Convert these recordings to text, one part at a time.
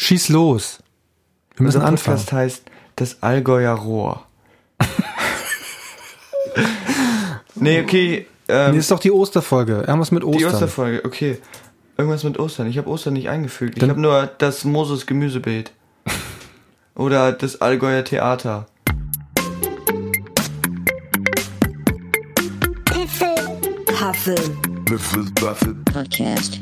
Schieß los. Wir müssen anfangen. Podcast heißt das Allgäuer Rohr. Nee, okay. Nee, ist doch die Osterfolge. Irgendwas mit Ostern. Die Osterfolge, okay. Irgendwas mit Ostern. Ich habe Ostern nicht eingefügt. Ich habe nur das Moses Gemüsebeet. Oder das Allgäuer Theater. Piffel Podcast.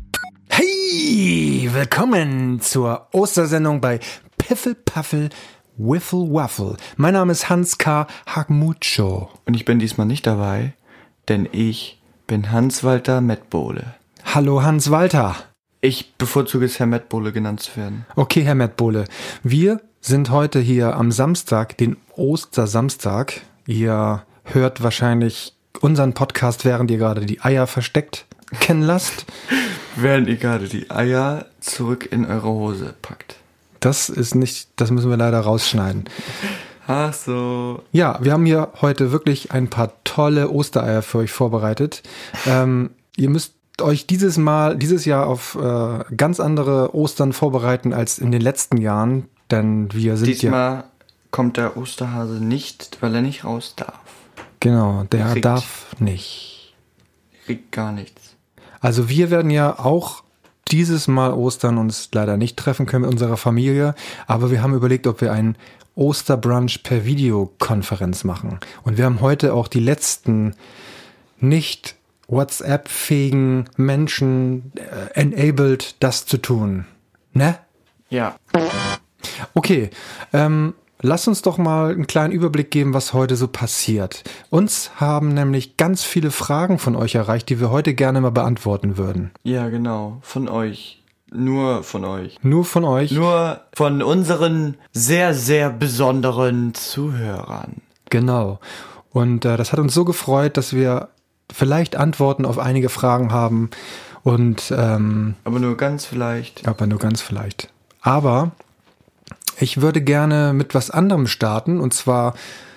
Hey, willkommen zur Ostersendung bei Piffel Puffel Wiffle Waffle. Mein Name ist Hans K. Hagmucho. Und ich bin diesmal nicht dabei, denn ich bin Hans-Walter Mettbohle. Hallo Hans-Walter. Ich bevorzuge es, Herr Mettbohle genannt zu werden. Okay, Herr Mettbohle. Wir sind heute hier am Samstag, den Ostersamstag. Ihr hört wahrscheinlich unseren Podcast, während ihr gerade die Eier versteckt kennen lasst. Während ihr gerade die Eier zurück in eure Hose packt. Das müssen wir leider rausschneiden. Ach so. Ja, wir haben hier heute wirklich ein paar tolle Ostereier für euch vorbereitet. Ihr müsst euch dieses Jahr auf ganz andere Ostern vorbereiten als in den letzten Jahren, denn wir sind Diesmal kommt der Osterhase nicht, weil er nicht raus darf. Genau, der darf nicht. Kriegt gar nichts. Also wir werden ja auch dieses Mal Ostern uns leider nicht treffen können mit unserer Familie, aber wir haben überlegt, ob wir einen Osterbrunch per Videokonferenz machen. Und wir haben heute auch die letzten nicht WhatsApp-fähigen Menschen enabled, das zu tun. Ne? Ja. Okay, lass uns doch mal einen kleinen Überblick geben, was heute so passiert. Uns haben nämlich ganz viele Fragen von euch erreicht, die wir heute gerne mal beantworten würden. Ja, genau. Von euch. Nur von euch. Nur von euch? Nur von unseren sehr, sehr besonderen Zuhörern. Genau. Und das hat uns so gefreut, dass wir vielleicht Antworten auf einige Fragen haben. Und aber nur ganz vielleicht. Aber ich würde gerne mit was anderem starten. Und zwar,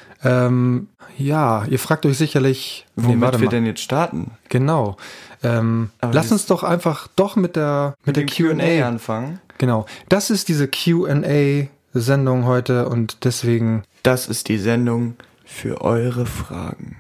ihr fragt euch sicherlich, womit wir denn jetzt starten? Genau. Lass uns doch einfach mit der Q&A anfangen. Genau. Das ist diese Q&A-Sendung heute und deswegen... Das ist die Sendung für eure Fragen.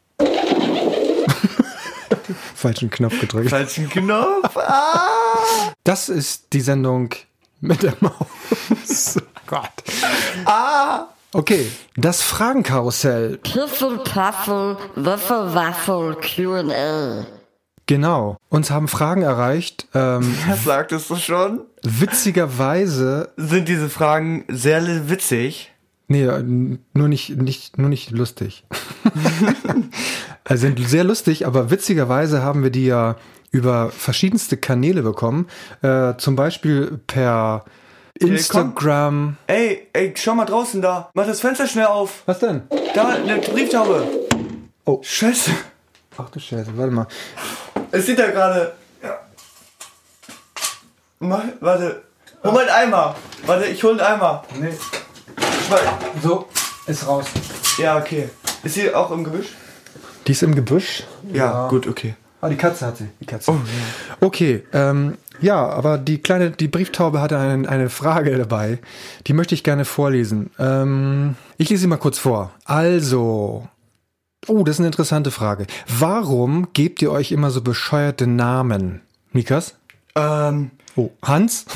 Falschen Knopf gedrückt. Falschen Knopf. Ah! Das ist die Sendung mit der Maus. Oh Gott. Okay, das Fragenkarussell. Piffel Puffel Wiffle Waffle Q&A. Genau. Uns haben Fragen erreicht. Was sagtest du schon? Witzigerweise sind diese Fragen sehr witzig. Nee, nur nicht lustig. Also sind sehr lustig, aber witzigerweise haben wir die ja über verschiedenste Kanäle bekommen. Zum Beispiel per Instagram. Ey, schau mal draußen da. Mach das Fenster schnell auf. Was denn? Da, eine Brieftaube. Oh. Scheiße. Ach du Scheiße, warte mal. Es sieht da gerade. Ja. Warte. Hol mal einen Eimer. Warte, ich hol einen Eimer. Nee. So, ist raus. Ja, okay. Ist sie auch im Gebüsch? Die ist im Gebüsch? Ja, gut, okay. Ah, die Katze hat sie. Die Katze. Oh, ja. Okay, aber die Brieftaube hatte eine Frage dabei. Die möchte ich gerne vorlesen. Ich lese sie mal kurz vor. Also, das ist eine interessante Frage. Warum gebt ihr euch immer so bescheuerte Namen? Mikas? Hans?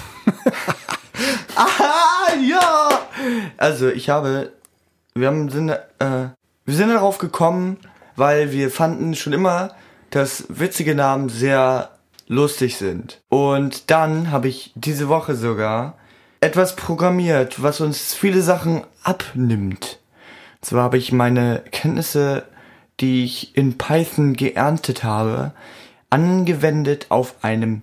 Aha, ja! Also, wir sind darauf gekommen, weil wir fanden schon immer, dass witzige Namen sehr lustig sind. Und dann habe ich diese Woche sogar etwas programmiert, was uns viele Sachen abnimmt. Und zwar habe ich meine Kenntnisse, die ich in Python geerntet habe, angewendet auf einen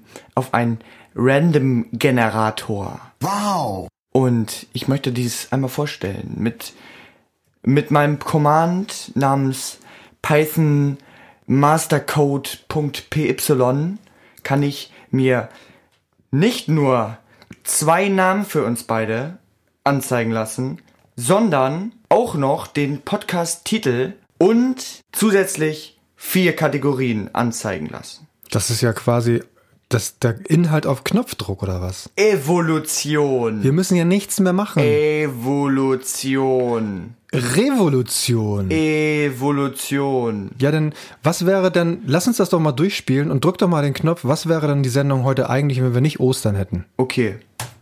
Random-Generator. Wow! Und ich möchte dies einmal vorstellen. Mit meinem Command namens Python mastercode.py kann ich mir nicht nur 2 Namen für uns beide anzeigen lassen, sondern auch noch den Podcast-Titel und zusätzlich 4 Kategorien anzeigen lassen. Das ist ja quasi der Inhalt auf Knopfdruck oder was? Evolution. Wir müssen ja nichts mehr machen. Evolution. Revolution. Evolution. Ja, denn was wäre denn, lass uns das doch mal durchspielen und drück doch mal den Knopf, was wäre denn die Sendung heute eigentlich, wenn wir nicht Ostern hätten? Okay.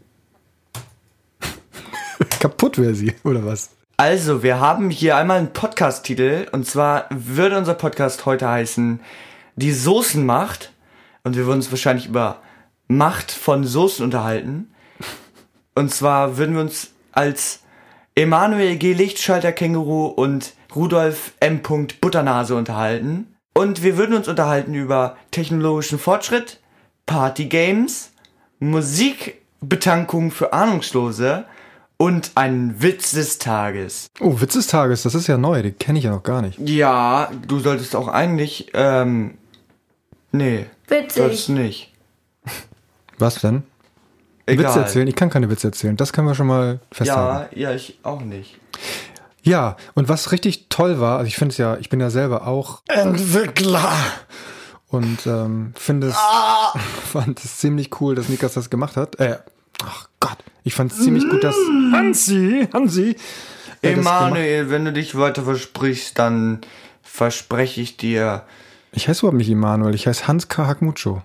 Kaputt wäre sie, oder was? Also, wir haben hier einmal einen Podcast-Titel und zwar würde unser Podcast heute heißen Die Soßenmacht und wir würden uns wahrscheinlich über Macht von Soßen unterhalten. Und zwar würden wir uns als Emanuel G. Lichtschalter-Känguru und Rudolf M. Butternase unterhalten. Und wir würden uns unterhalten über technologischen Fortschritt, Partygames, Musikbetankung für Ahnungslose und einen Witz des Tages. Oh, Witz des Tages, das ist ja neu, den kenne ich ja noch gar nicht. Ja, du solltest auch eigentlich, nee. Witzig. Solltest nicht. Was denn? Egal. Witze erzählen? Ich kann keine Witze erzählen, das können wir schon mal festhalten. Ja, ich auch nicht. Ja, und was richtig toll war, also ich finde es ja, ich bin ja selber auch Entwickler und fand es ziemlich cool, dass Nikas das gemacht hat. Ach Gott, ich fand es ziemlich gut, dass Hansi Emanuel, wenn du dich weiter versprichst, dann verspreche ich dir. Ich heiße überhaupt nicht Emanuel, ich heiße Hans K. Hakmucho.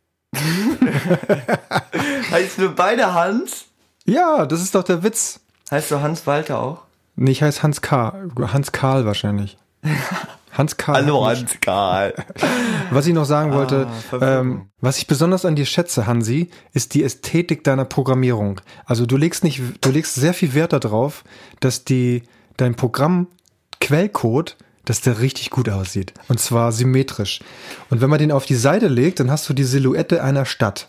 Heißt du beide Hans? Ja, das ist doch der Witz. Heißt du Hans Walter auch? Nee, ich heiße Hans K. Hans Karl wahrscheinlich. Hans Karl. Hallo Hans Karl. Was ich noch sagen wollte, was ich besonders an dir schätze, Hansi, ist die Ästhetik deiner Programmierung. Also du legst sehr viel Wert darauf, dass dein Programm Quellcode, dass der richtig gut aussieht. Und zwar symmetrisch. Und wenn man den auf die Seite legt, dann hast du die Silhouette einer Stadt.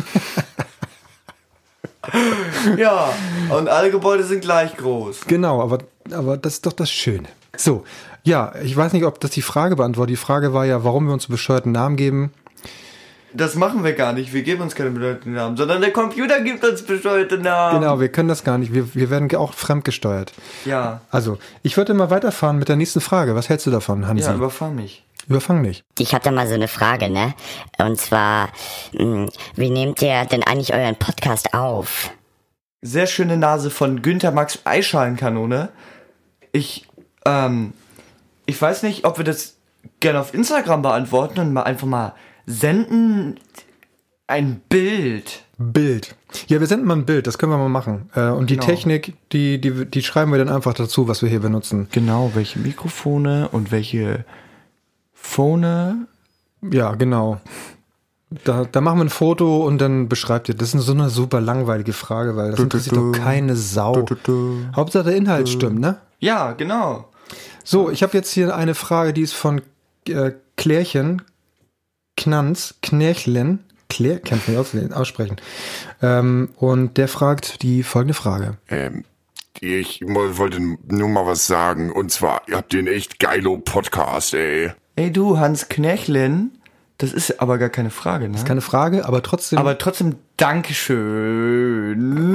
Ja, und alle Gebäude sind gleich groß. Genau, aber das ist doch das Schöne. So, ja, ich weiß nicht, ob das die Frage beantwortet. Die Frage war ja, warum wir uns so bescheuerten Namen geben. Das machen wir gar nicht. Wir geben uns keine bescheuerten Namen, sondern der Computer gibt uns bescheuerte Namen. Genau, wir können das gar nicht. Wir werden auch fremdgesteuert. Ja. Also, ich würde mal weiterfahren mit der nächsten Frage. Was hältst du davon, Hansi? Ja, überfahr mich. Überfang mich. Ich hatte mal so eine Frage, ne? Und zwar, wie nehmt ihr denn eigentlich euren Podcast auf? Sehr schöne Nase von Günther Max Eischalenkanone. Ich weiß nicht, ob wir das gerne auf Instagram beantworten und einfach mal senden. Ein Bild. Ja, wir senden mal ein Bild, das können wir mal machen. Und die Genau. Technik, die schreiben wir dann einfach dazu, was wir hier benutzen. Genau, welche Mikrofone und welche Phone. Ja, genau. Da machen wir ein Foto und dann beschreibt ihr. Das ist so eine super langweilige Frage, weil das interessiert doch keine Sau. Hauptsache der Inhalt stimmt, ne? Ja, genau. So, ich habe jetzt hier eine Frage, die ist von Klärchen, Knärchlen. Kann ich nicht aussprechen. Und der fragt die folgende Frage. Ich wollte nur mal was sagen. Und zwar, ihr habt den echt geilo Podcast, ey. Ey du, Hans Knächlin, das ist aber gar keine Frage, ne? Ist keine Frage, aber trotzdem. Aber trotzdem Dankeschön.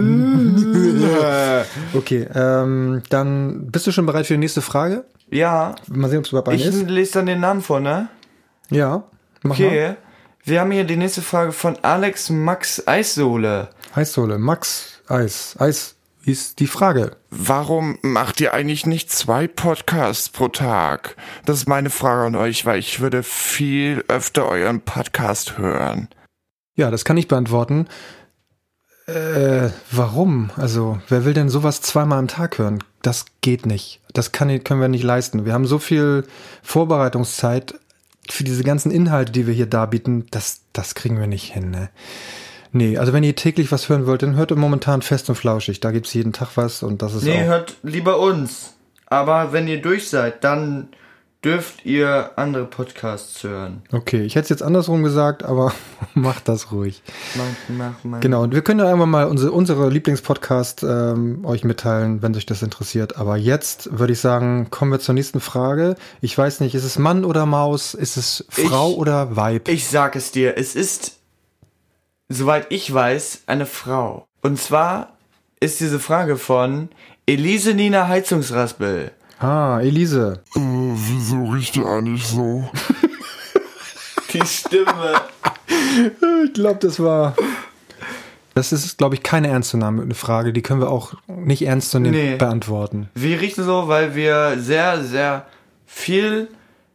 Okay, dann bist du schon bereit für die nächste Frage? Ja, Mal sehen, ob es überhaupt eine ich ist. lese dann den Namen vor, ne? Ja, mach mal. Okay, wir haben hier die nächste Frage von Alex Max Eissohle. Eissohle, Max, Eis ist die Frage. Warum macht ihr eigentlich nicht 2 Podcasts pro Tag? Das ist meine Frage an euch, weil ich würde viel öfter euren Podcast hören. Ja, das kann ich beantworten. Warum? Also, wer will denn sowas 2-mal am Tag hören? Das geht nicht. Das können wir nicht leisten. Wir haben so viel Vorbereitungszeit für diese ganzen Inhalte, die wir hier darbieten. Das kriegen wir nicht hin, ne? Nee, also wenn ihr täglich was hören wollt, dann hört ihr momentan Fest und Flauschig. Da gibt's jeden Tag was und das ist Nee, auch... hört lieber uns. Aber wenn ihr durch seid, dann dürft ihr andere Podcasts hören. Okay, ich hätte es jetzt andersrum gesagt, aber macht das ruhig. Mach. Genau, und wir können ja einfach mal unsere Lieblingspodcast euch mitteilen, wenn sich das interessiert. Aber jetzt würde ich sagen, kommen wir zur nächsten Frage. Ich weiß nicht, ist es Mann oder Maus? Ist es Frau oder Weib? Ich sag es dir, es ist, soweit ich weiß, eine Frau. Und zwar ist diese Frage von Elise Nina Heizungsraspel. Ah, Elise. Wieso riecht ihr eigentlich so? Die Stimme. Ich glaube, das ist, glaube ich, keine ernstzunehmende Frage. Die können wir auch nicht ernst zu nehmen beantworten. Wir riechen so, weil wir sehr, sehr viel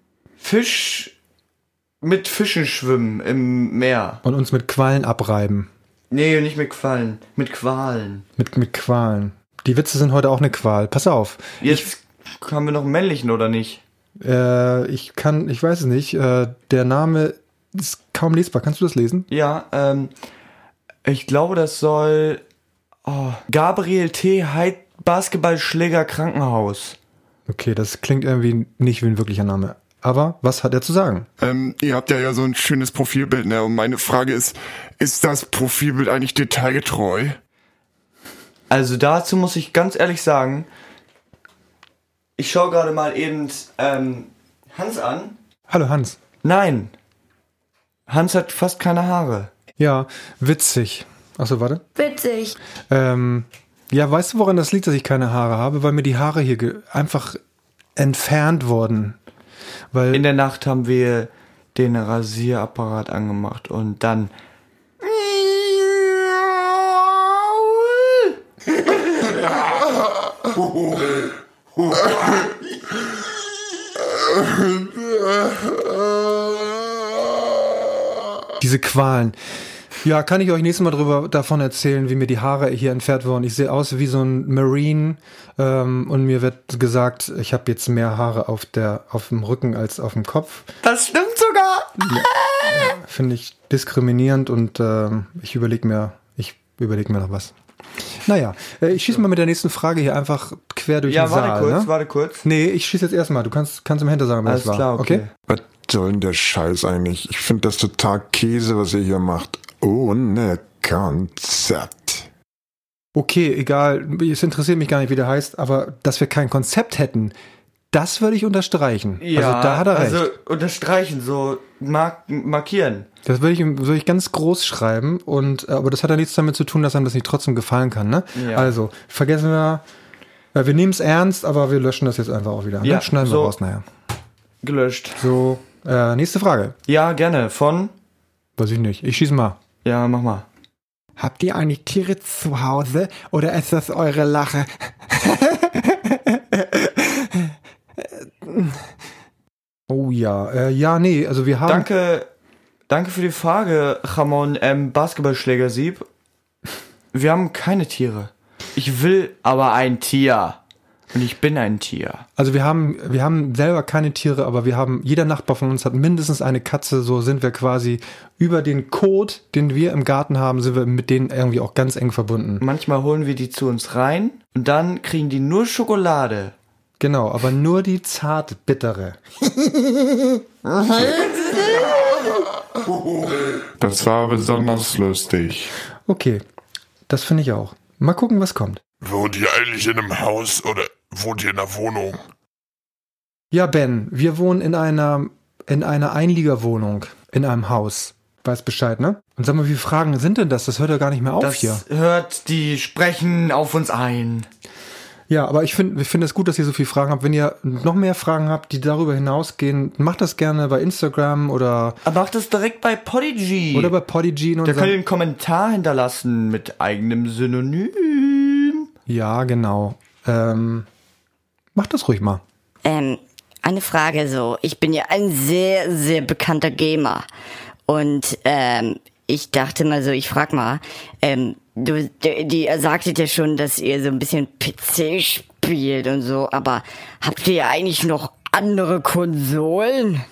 mit Fischen schwimmen im Meer. Und uns mit Quallen abreiben. Nee, nicht mit Quallen. Mit Qualen. Mit Qualen. Die Witze sind heute auch eine Qual. Pass auf. Jetzt haben wir noch einen männlichen, oder nicht? Ich weiß es nicht. Der Name ist kaum lesbar. Kannst du das lesen? Ja, ich glaube, das soll Gabriel T. Heid Basketballschläger Krankenhaus. Okay, das klingt irgendwie nicht wie ein wirklicher Name. Aber was hat er zu sagen? Ihr habt ja so ein schönes Profilbild, ne? Und meine Frage ist das Profilbild eigentlich detailgetreu? Also dazu muss ich ganz ehrlich sagen, ich schaue gerade mal eben Hans an. Hallo Hans. Nein, Hans hat fast keine Haare. Ja, witzig. Achso, warte. Witzig. Ja, weißt du, woran das liegt, dass ich keine Haare habe? Weil mir die Haare hier einfach entfernt wurden. Weil In der Nacht haben wir den Rasierapparat angemacht und dann... diese Qualen. Ja, kann ich euch nächstes Mal davon erzählen, wie mir die Haare hier entfernt wurden. Ich sehe aus wie so ein Marine und mir wird gesagt, ich habe jetzt mehr Haare auf dem Rücken als auf dem Kopf. Das stimmt sogar! Ja, finde ich diskriminierend und ich überlege mir noch was. Naja, ich schieße mal mit der nächsten Frage hier einfach quer durch den Saal. Warte kurz. Nee, ich schieße jetzt erstmal. Du kannst im Hinter sagen, wer Alles das war. klar, okay. Was soll denn der Scheiß eigentlich? Ich finde das total Käse, was ihr hier macht. Ohne Konzept. Okay, egal. Es interessiert mich gar nicht, wie der heißt, aber dass wir kein Konzept hätten, das würde ich unterstreichen. Ja, also da hat er recht. Also unterstreichen, so markieren. Das würde ich ganz groß schreiben, aber das hat ja nichts damit zu tun, dass einem das nicht trotzdem gefallen kann, ne? Ja. Also, vergessen wir nehmen es ernst, aber wir löschen das jetzt einfach auch wieder. Ja, Ne? Schneiden wir so. raus nachher. Gelöscht. So, nächste Frage. Ja, gerne. Von? Weiß ich nicht. Ich schieße mal. Ja, mach mal. Habt ihr eigentlich Tiere zu Hause oder ist das eure Lache? Oh ja. Ja, nee, also wir haben... Danke für die Frage, Ramon Basketballschlägersieb. Wir haben keine Tiere. Ich will aber ein Tier. Und ich bin ein Tier. Also wir haben selber keine Tiere, aber jeder Nachbar von uns hat mindestens eine Katze, so sind wir quasi über den Code, den wir im Garten haben, sind wir mit denen irgendwie auch ganz eng verbunden. Manchmal holen wir die zu uns rein und dann kriegen die nur Schokolade. Genau, aber nur die zart bittere. Das war besonders lustig. Okay, das finde ich auch. Mal gucken, was kommt. Wohnt ihr eigentlich in einem Haus oder wohnt ihr in einer Wohnung? Ja, Ben, wir wohnen in einer Einliegerwohnung, in einem Haus. Weiß Bescheid, ne? Und sag mal, wie viele Fragen sind denn das? Das hört ja gar nicht mehr auf hier. Die sprechen auf uns ein. Ja, aber ich finde es gut, dass ihr so viele Fragen habt. Wenn ihr noch mehr Fragen habt, die darüber hinausgehen, macht das gerne bei Instagram oder... Aber macht das direkt bei Podigy. Oder bei Podigy. Da könnt ihr einen Kommentar hinterlassen mit eigenem Synonym. Ja, genau. Macht das ruhig mal. Eine Frage so. Ich bin ja ein sehr, sehr bekannter Gamer. Und ich dachte mal so, ich frag mal, ihr sagtet ja schon, dass ihr so ein bisschen PC spielt und so, aber habt ihr eigentlich noch andere Konsolen?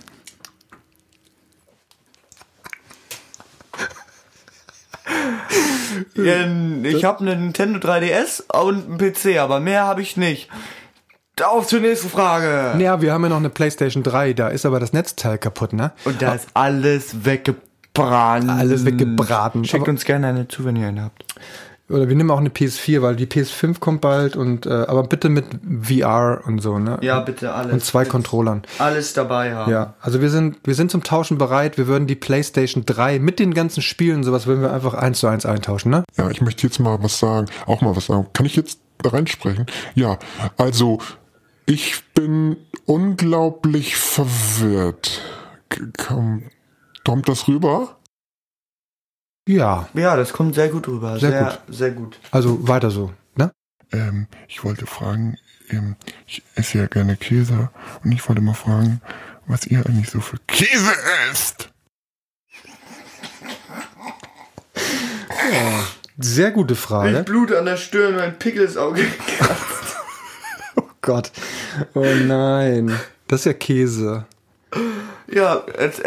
Ich habe einen Nintendo 3DS und einen PC, aber mehr habe ich nicht. Auf zur nächsten Frage. Ja, wir haben ja noch eine PlayStation 3, da ist aber das Netzteil kaputt, ne? Und da ist alles weggebrannt. Alles weggebraten. Schickt Aber- uns gerne eine zu, wenn ihr eine habt. Oder wir nehmen auch eine PS4, weil die PS5 kommt bald aber bitte mit VR und so, ne? Ja, bitte alles. Und 2 Mit Controllern. Alles dabei haben. Ja, also wir sind zum Tauschen bereit. Wir würden die PlayStation 3 mit den ganzen Spielen und sowas würden wir einfach 1:1 eintauschen, ne? Ja, ich möchte jetzt mal was sagen. Auch mal was sagen. Kann ich jetzt da reinsprechen? Ja, also ich bin unglaublich verwirrt. Kommt das rüber? Ja, Ja, das kommt sehr gut rüber. Sehr Sehr, gut. sehr gut. also weiter so, ne? Ich wollte fragen, ich esse ja gerne Käse und ich wollte mal fragen, was ihr eigentlich so für Käse esst. Sehr gute Ich Frage. blute an der Stirn, mein Pickel ist Auge. Oh Gott. Oh nein. Das ist ja Käse. Ja,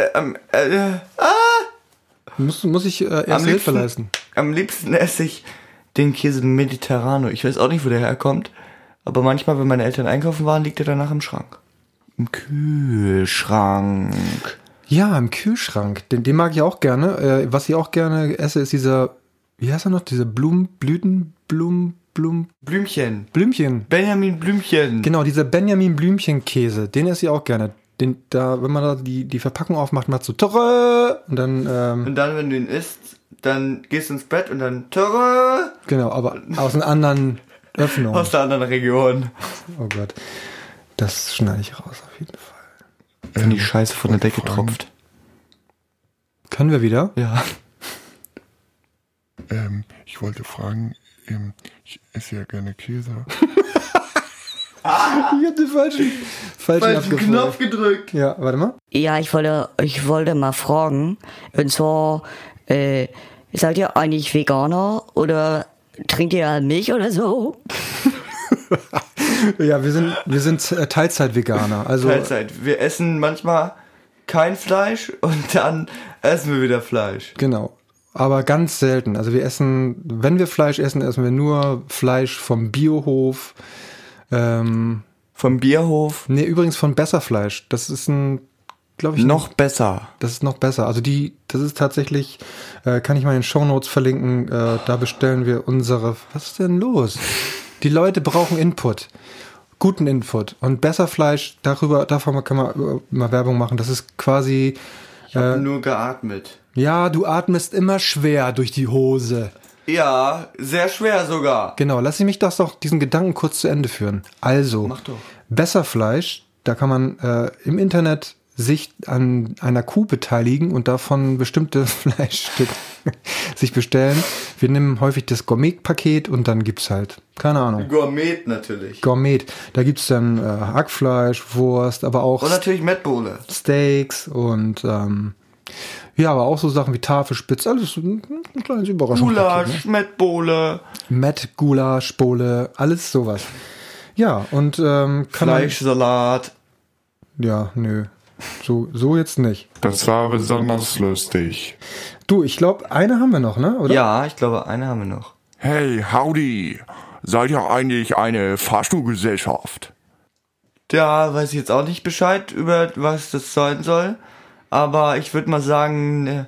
Muss ich erste Am Hilfe liebsten- leisten? am liebsten esse ich den Käse Mediterrano. Ich weiß auch nicht, wo der herkommt. Aber manchmal, wenn meine Eltern einkaufen waren, liegt er danach im Schrank. Im Kühlschrank. Ja, im Kühlschrank. Den mag ich auch gerne. Was ich auch gerne esse, ist dieser, wie heißt er noch? Diese Blümchen. Blümchen. Benjamin Blümchen. Genau, dieser Benjamin Blümchen-Käse. Den esse ich auch gerne. Wenn man da die Verpackung aufmacht, macht so Törre und dann, Und dann, wenn du ihn isst, dann gehst du ins Bett und dann Törre genau, aber aus einer anderen Öffnung. aus der anderen Region. Oh Gott. Das schneide ich raus auf jeden Fall. Wenn die Scheiße von der Decke tropft. Können wir wieder? Ja. Ich wollte fragen, ich esse ja gerne Käse. Ich hab den falschen abgefeuert. gedrückt. Ja, warte mal. Ja, ich wollte mal fragen, und zwar, seid ihr eigentlich Veganer oder trinkt ihr Milch oder so? Ja, wir sind Teilzeit-Veganer. Also Teilzeit. Wir essen manchmal kein Fleisch und dann essen wir wieder Fleisch. genau. Aber ganz selten. Also wir essen, wenn wir Fleisch essen, essen wir nur Fleisch vom Biohof. Vom Bierhof. Nee, übrigens von Besserfleisch. Das ist glaube ich, Noch besser. das ist noch besser. Also das ist tatsächlich, kann ich mal in den Shownotes verlinken, da bestellen wir was ist denn los? Die Leute brauchen Input. Guten Input. Und Besserfleisch, davon kann man mal Werbung machen. Das ist quasi, Ich habe nur geatmet. ja, du atmest immer schwer durch die Hose. Ja, sehr schwer sogar. Genau, lass mich das doch diesen Gedanken kurz zu Ende führen. Also, Mach doch. Besserfleisch, da kann man im Internet sich an einer Kuh beteiligen und davon bestimmte Fleischstücke sich bestellen. Wir nehmen häufig das Gourmet-Paket und dann gibt's halt, keine Ahnung, Gourmet natürlich. Gourmet. Da gibt's dann Hackfleisch, Wurst, aber auch Und natürlich Mettbowle. Steaks und ja, aber auch so Sachen wie Tafelspitz, alles ein kleines Überraschungspaket. Gulasch, Mettbowle, Met, Gulasch, Bowle, alles sowas. Ja, und kann Fleischsalat. man, ja, nö, so jetzt nicht. Das war besonders lustig. Du, ich glaube, eine haben wir noch, ne? Oder? Ja, ich glaube, eine haben wir noch. Hey, howdy. Seid ihr eigentlich eine Fahrstuhlgesellschaft? Da weiß ich jetzt auch nicht Bescheid, über was das sein soll. Aber ich würde mal sagen,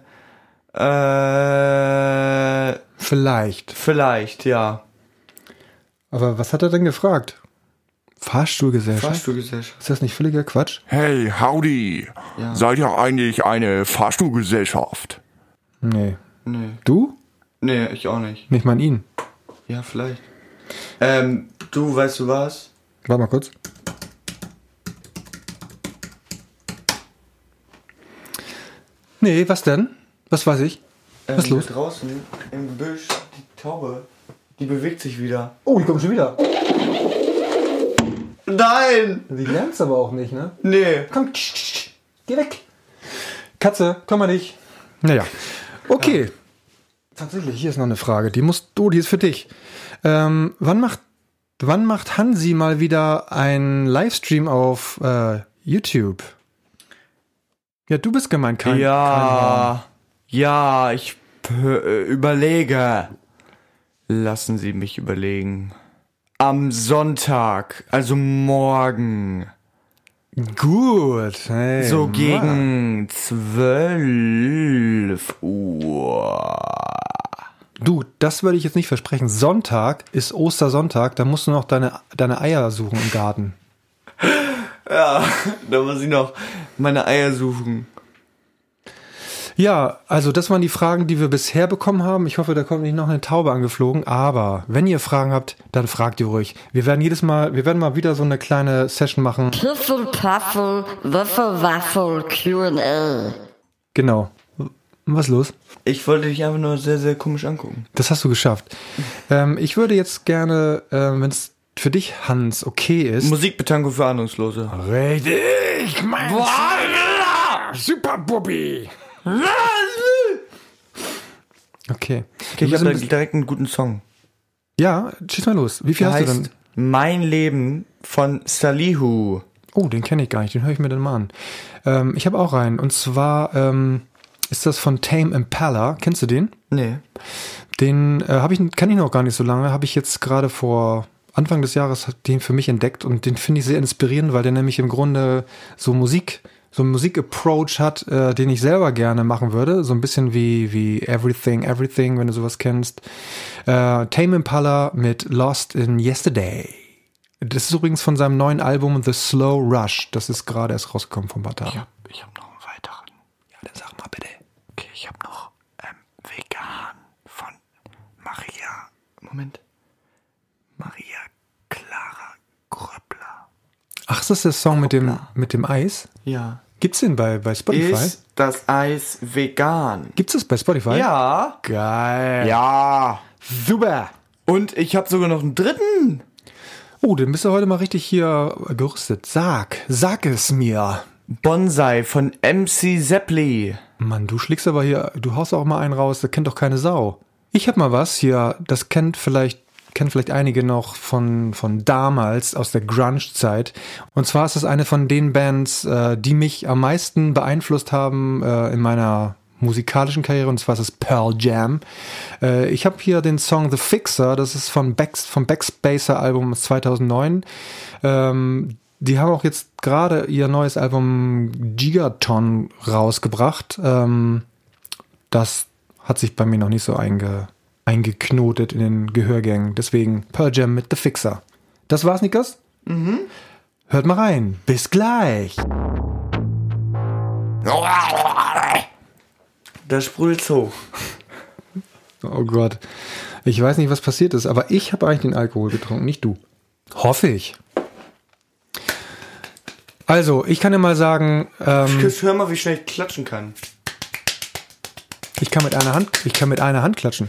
Vielleicht. ja. Aber was hat er denn gefragt? Fahrstuhlgesellschaft? Fahrstuhlgesellschaft. Ist das nicht völliger Quatsch? Hey, howdy. Ja. Seid ihr eigentlich eine Fahrstuhlgesellschaft? Nee. Nee. Du? Nee, ich auch nicht. Ich meine ihn. Ja, vielleicht. Du, weißt du was? Warte mal kurz. Nee, was denn? Was weiß ich? Was ist los? Hier draußen im Gebüsch, die Taube, die bewegt sich wieder. Oh, die kommt schon wieder. Nein! Die lernt's aber auch nicht, ne? Nee. Komm, geh weg. Katze, kümmer dich. Naja, okay. Tatsächlich, hier ist noch eine Frage. Die ist für dich. Wann macht Hansi mal wieder einen Livestream auf YouTube? Ja, du bist gemeint, kein Horn. Ja, ich überlege. Lassen Sie mich überlegen. Am Sonntag, also morgen, Gut. Hey, so Mann. gegen 12 Uhr. Du, das würde ich jetzt nicht versprechen. Sonntag ist Ostersonntag, da musst du noch deine Eier suchen im Garten. Ja, da muss ich noch meine Eier suchen. Ja, also das waren die Fragen, die wir bisher bekommen haben. Ich hoffe, da kommt nicht noch eine Taube angeflogen. Aber wenn ihr Fragen habt, dann fragt ihr ruhig. Wir werden mal wieder so eine kleine Session machen. Piffel, Paffel, Würfel, Waffel, Q&A. Genau. Was ist los? Ich wollte dich einfach nur sehr, sehr komisch angucken. Das hast du geschafft. Ich würde jetzt gerne, wenn es für dich, Hans, okay ist. Musikbetankung für Ahnungslose. Richtig, mein Super Bobby. Okay. Ich habe direkt einen guten Song. Ja, schieß mal los. Wie viel Der hast du heißt denn? Mein Leben von Salihu. Oh, den kenne ich gar nicht. Den höre ich mir dann mal an. Ich habe auch einen. Und zwar ist das von Tame Impala. Kennst du den? Nee. Den kann ich noch gar nicht so lange. Habe ich jetzt gerade vor Anfang des Jahres den für mich entdeckt. Und den finde ich sehr inspirierend, weil der nämlich im Grunde so einen Musik-Approach hat, den ich selber gerne machen würde. So ein bisschen wie Everything, wenn du sowas kennst. Tame Impala mit Lost in Yesterday. Das ist übrigens von seinem neuen Album The Slow Rush. Das ist gerade erst rausgekommen vor ein paar Tagen. Ich hab noch einen weiteren. Ja, dann sag mal bitte. Okay, ich hab noch Vegan von Maria Clara Gröppler. Ach, ist das der Song mit dem Eis? Ja. Gibt's den bei Spotify? Ist das Eis vegan? Gibt's das bei Spotify? Ja. Geil. Ja. Super. Und ich habe sogar noch einen dritten. Oh, dann bist du heute mal richtig hier gerüstet. Sag es mir. Bonsai von MC Seppli. Mann, du schlägst aber hier, du haust auch mal einen raus, da kennt doch keine Sau. Ich hab mal was hier, das kennt vielleicht einige noch von damals, aus der Grunge-Zeit. Und zwar ist das eine von den Bands, die mich am meisten beeinflusst haben in meiner musikalischen Karriere, und zwar ist es Pearl Jam. Ich habe hier den Song The Fixer, das ist vom Backspacer Album 2009. Die haben auch jetzt gerade ihr neues Album Gigaton rausgebracht. Das hat sich bei mir noch nicht so eingeknotet in den Gehörgängen. Deswegen Pearl Jam mit The Fixer. Das war's, Niklas? Mhm. Hört mal rein. Bis gleich. Das sprüht hoch. Oh Gott. Ich weiß nicht, was passiert ist, aber ich habe eigentlich den Alkohol getrunken, nicht du. Hoffe ich. Also, ich kann dir mal sagen, Hör mal, wie schnell ich klatschen kann. ich kann mit einer Hand klatschen.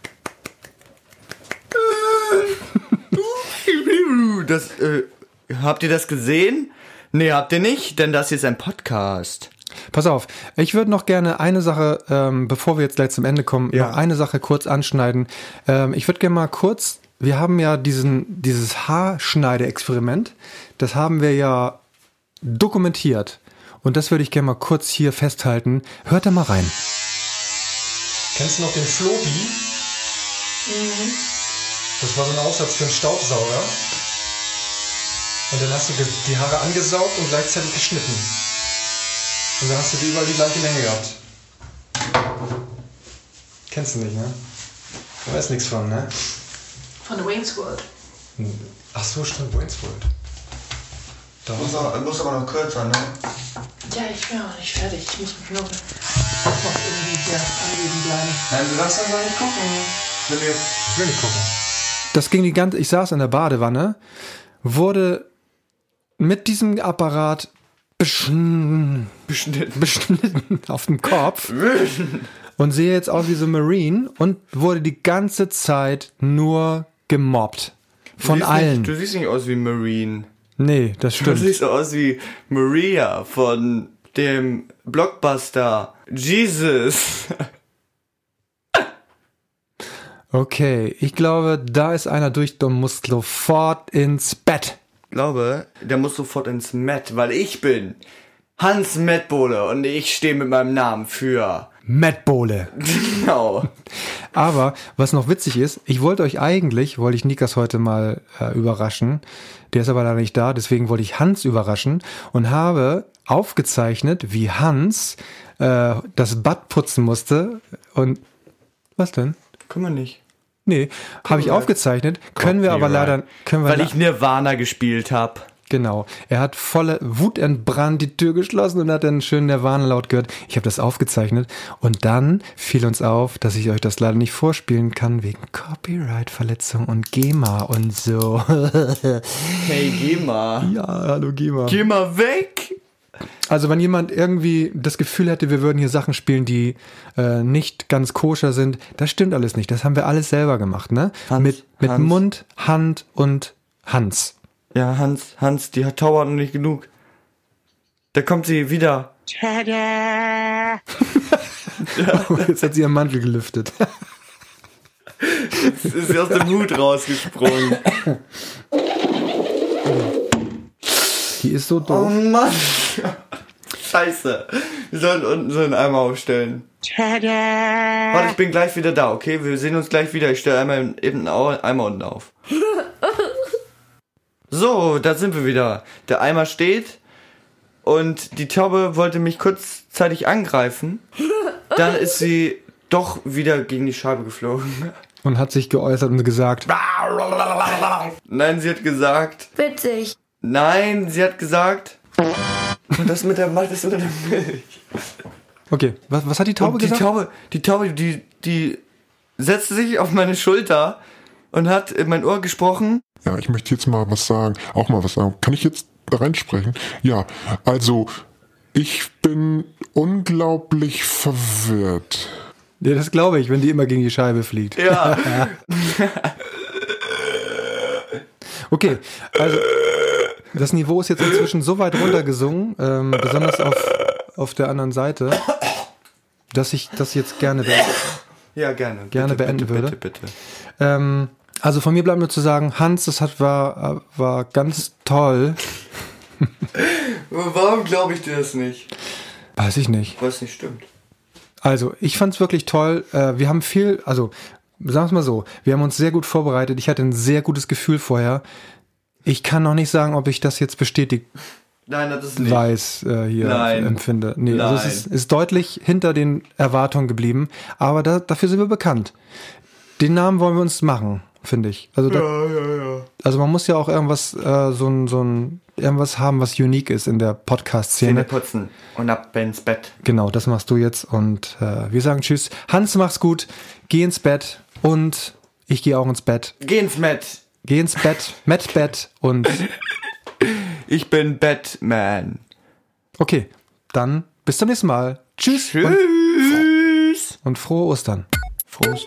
Das, habt ihr das gesehen? Nee, habt ihr nicht, denn das hier ist ein Podcast. Pass auf, ich würde noch gerne eine Sache, bevor wir jetzt gleich zum Ende kommen, noch eine Sache kurz anschneiden. Ich würde gerne mal kurz, wir haben ja dieses Haarschneide-Experiment, das haben wir ja dokumentiert. Und das würde ich gerne mal kurz hier festhalten. Hört da mal rein. Kennst du noch den Flobi? Mhm. Das war so ein Aufsatz für einen Staubsauger. Und dann hast du die Haare angesaugt und gleichzeitig geschnitten. Und dann hast du die überall die gleiche Länge gehabt. Kennst du nicht, ne? Du weißt nichts von, ne? Von Wayne's World. Ach so, stimmt, Wayne's World. Muss aber noch kürzer, ne? Ja, ich bin auch nicht fertig. Ich muss mich noch irgendwie hier anlegen bleiben. Nein, du darfst das noch nicht gucken. Ich will nicht gucken. Das ging ich saß in der Badewanne, wurde mit diesem Apparat beschnitten auf dem Kopf und sehe jetzt aus wie so ein Marine und wurde die ganze Zeit nur gemobbt. Von allen. Du siehst nicht aus wie Marine. Nee, das stimmt. Du siehst aus wie Maria von dem Blockbuster Jesus. Okay, ich glaube, da ist einer durch, der muss sofort ins Bett. Ich glaube, der muss sofort ins Met, weil ich bin Hans Mettbohle und ich stehe mit meinem Namen für Mettbohle. Genau. Aber was noch witzig ist, wollte ich Nikas heute mal überraschen. Der ist aber leider nicht da, deswegen wollte ich Hans überraschen und habe aufgezeichnet, wie Hans das Bad putzen musste. Und was denn? Können wir nicht. Nee, habe ich aufgezeichnet, können wir aber leider... Weil ich Nirvana gespielt habe. Genau, er hat volle Wut entbrannt die Tür geschlossen und hat dann schön Nirvana-Laut gehört. Ich habe das aufgezeichnet und dann fiel uns auf, dass ich euch das leider nicht vorspielen kann, wegen Copyright-Verletzung und GEMA und so. Hey, GEMA. Ja, hallo GEMA. Geh mal weg! Also wenn jemand irgendwie das Gefühl hätte, wir würden hier Sachen spielen, die nicht ganz koscher sind, das stimmt alles nicht. Das haben wir alles selber gemacht, ne? Mit Hans. Mund, Hand und Hans. Ja, Hans, die hat Tauber noch nicht genug. Da kommt sie wieder. Tada! Jetzt hat sie ihren Mantel gelüftet. Jetzt ist sie aus dem Hut rausgesprungen. Die ist so doof. Oh Mann. Scheiße. Wir sollen unten so einen Eimer aufstellen. Tada! Warte, ich bin gleich wieder da, okay? Wir sehen uns gleich wieder. Ich stelle einmal eben einen Eimer unten auf. So, da sind wir wieder. Der Eimer steht und die Taube wollte mich kurzzeitig angreifen. Dann ist sie doch wieder gegen die Scheibe geflogen. Und hat sich geäußert und gesagt. Nein, sie hat gesagt. Witzig. Nein, sie hat gesagt. Und das mit der Milch. Okay, was hat die Taube gesagt? Die Taube, die setzte sich auf meine Schulter und hat in mein Ohr gesprochen. Ja, ich möchte jetzt mal was sagen. Auch mal was sagen. Kann ich jetzt da reinsprechen? Ja, also ich bin unglaublich verwirrt. Ja, das glaube ich, wenn die immer gegen die Scheibe fliegt. Ja. Okay, also das Niveau ist jetzt inzwischen so weit runtergesungen, besonders auf der anderen Seite, dass ich das jetzt gerne gerne beenden würde. Bitte. Also von mir bleibt nur zu sagen, Hans, das war ganz toll. Warum glaube ich dir das nicht? Weiß ich nicht. Was nicht stimmt. Also, ich fand's wirklich toll. Wir haben sagen wir mal so, wir haben uns sehr gut vorbereitet. Ich hatte ein sehr gutes Gefühl vorher. Ich kann noch nicht sagen, ob ich das jetzt bestätigt Nein, das ist nicht. empfinde. Nee, Nein. also es ist deutlich hinter den Erwartungen geblieben, aber dafür sind wir bekannt. Den Namen wollen wir uns machen, finde ich. Also, also man muss ja auch irgendwas, irgendwas haben, was unique ist in der Podcast-Szene. Zähne putzen und ab ins Bett. Genau, das machst du jetzt und wir sagen Tschüss. Hans, mach's gut, geh ins Bett und ich gehe auch ins Bett. Geh ins Bett. Geh ins Bett, Bett und ich bin Batman. Okay, dann bis zum nächsten Mal. Tschüss. Tschüss. Und frohe Ostern. Prost.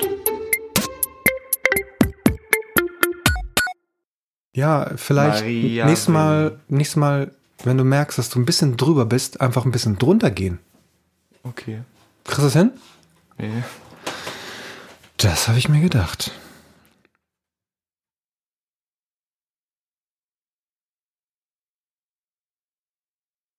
Ja, vielleicht Maria nächstes Mal, wenn du merkst, dass du ein bisschen drüber bist, einfach ein bisschen drunter gehen. Okay. Kriegst du das hin? Nee. Das habe ich mir gedacht.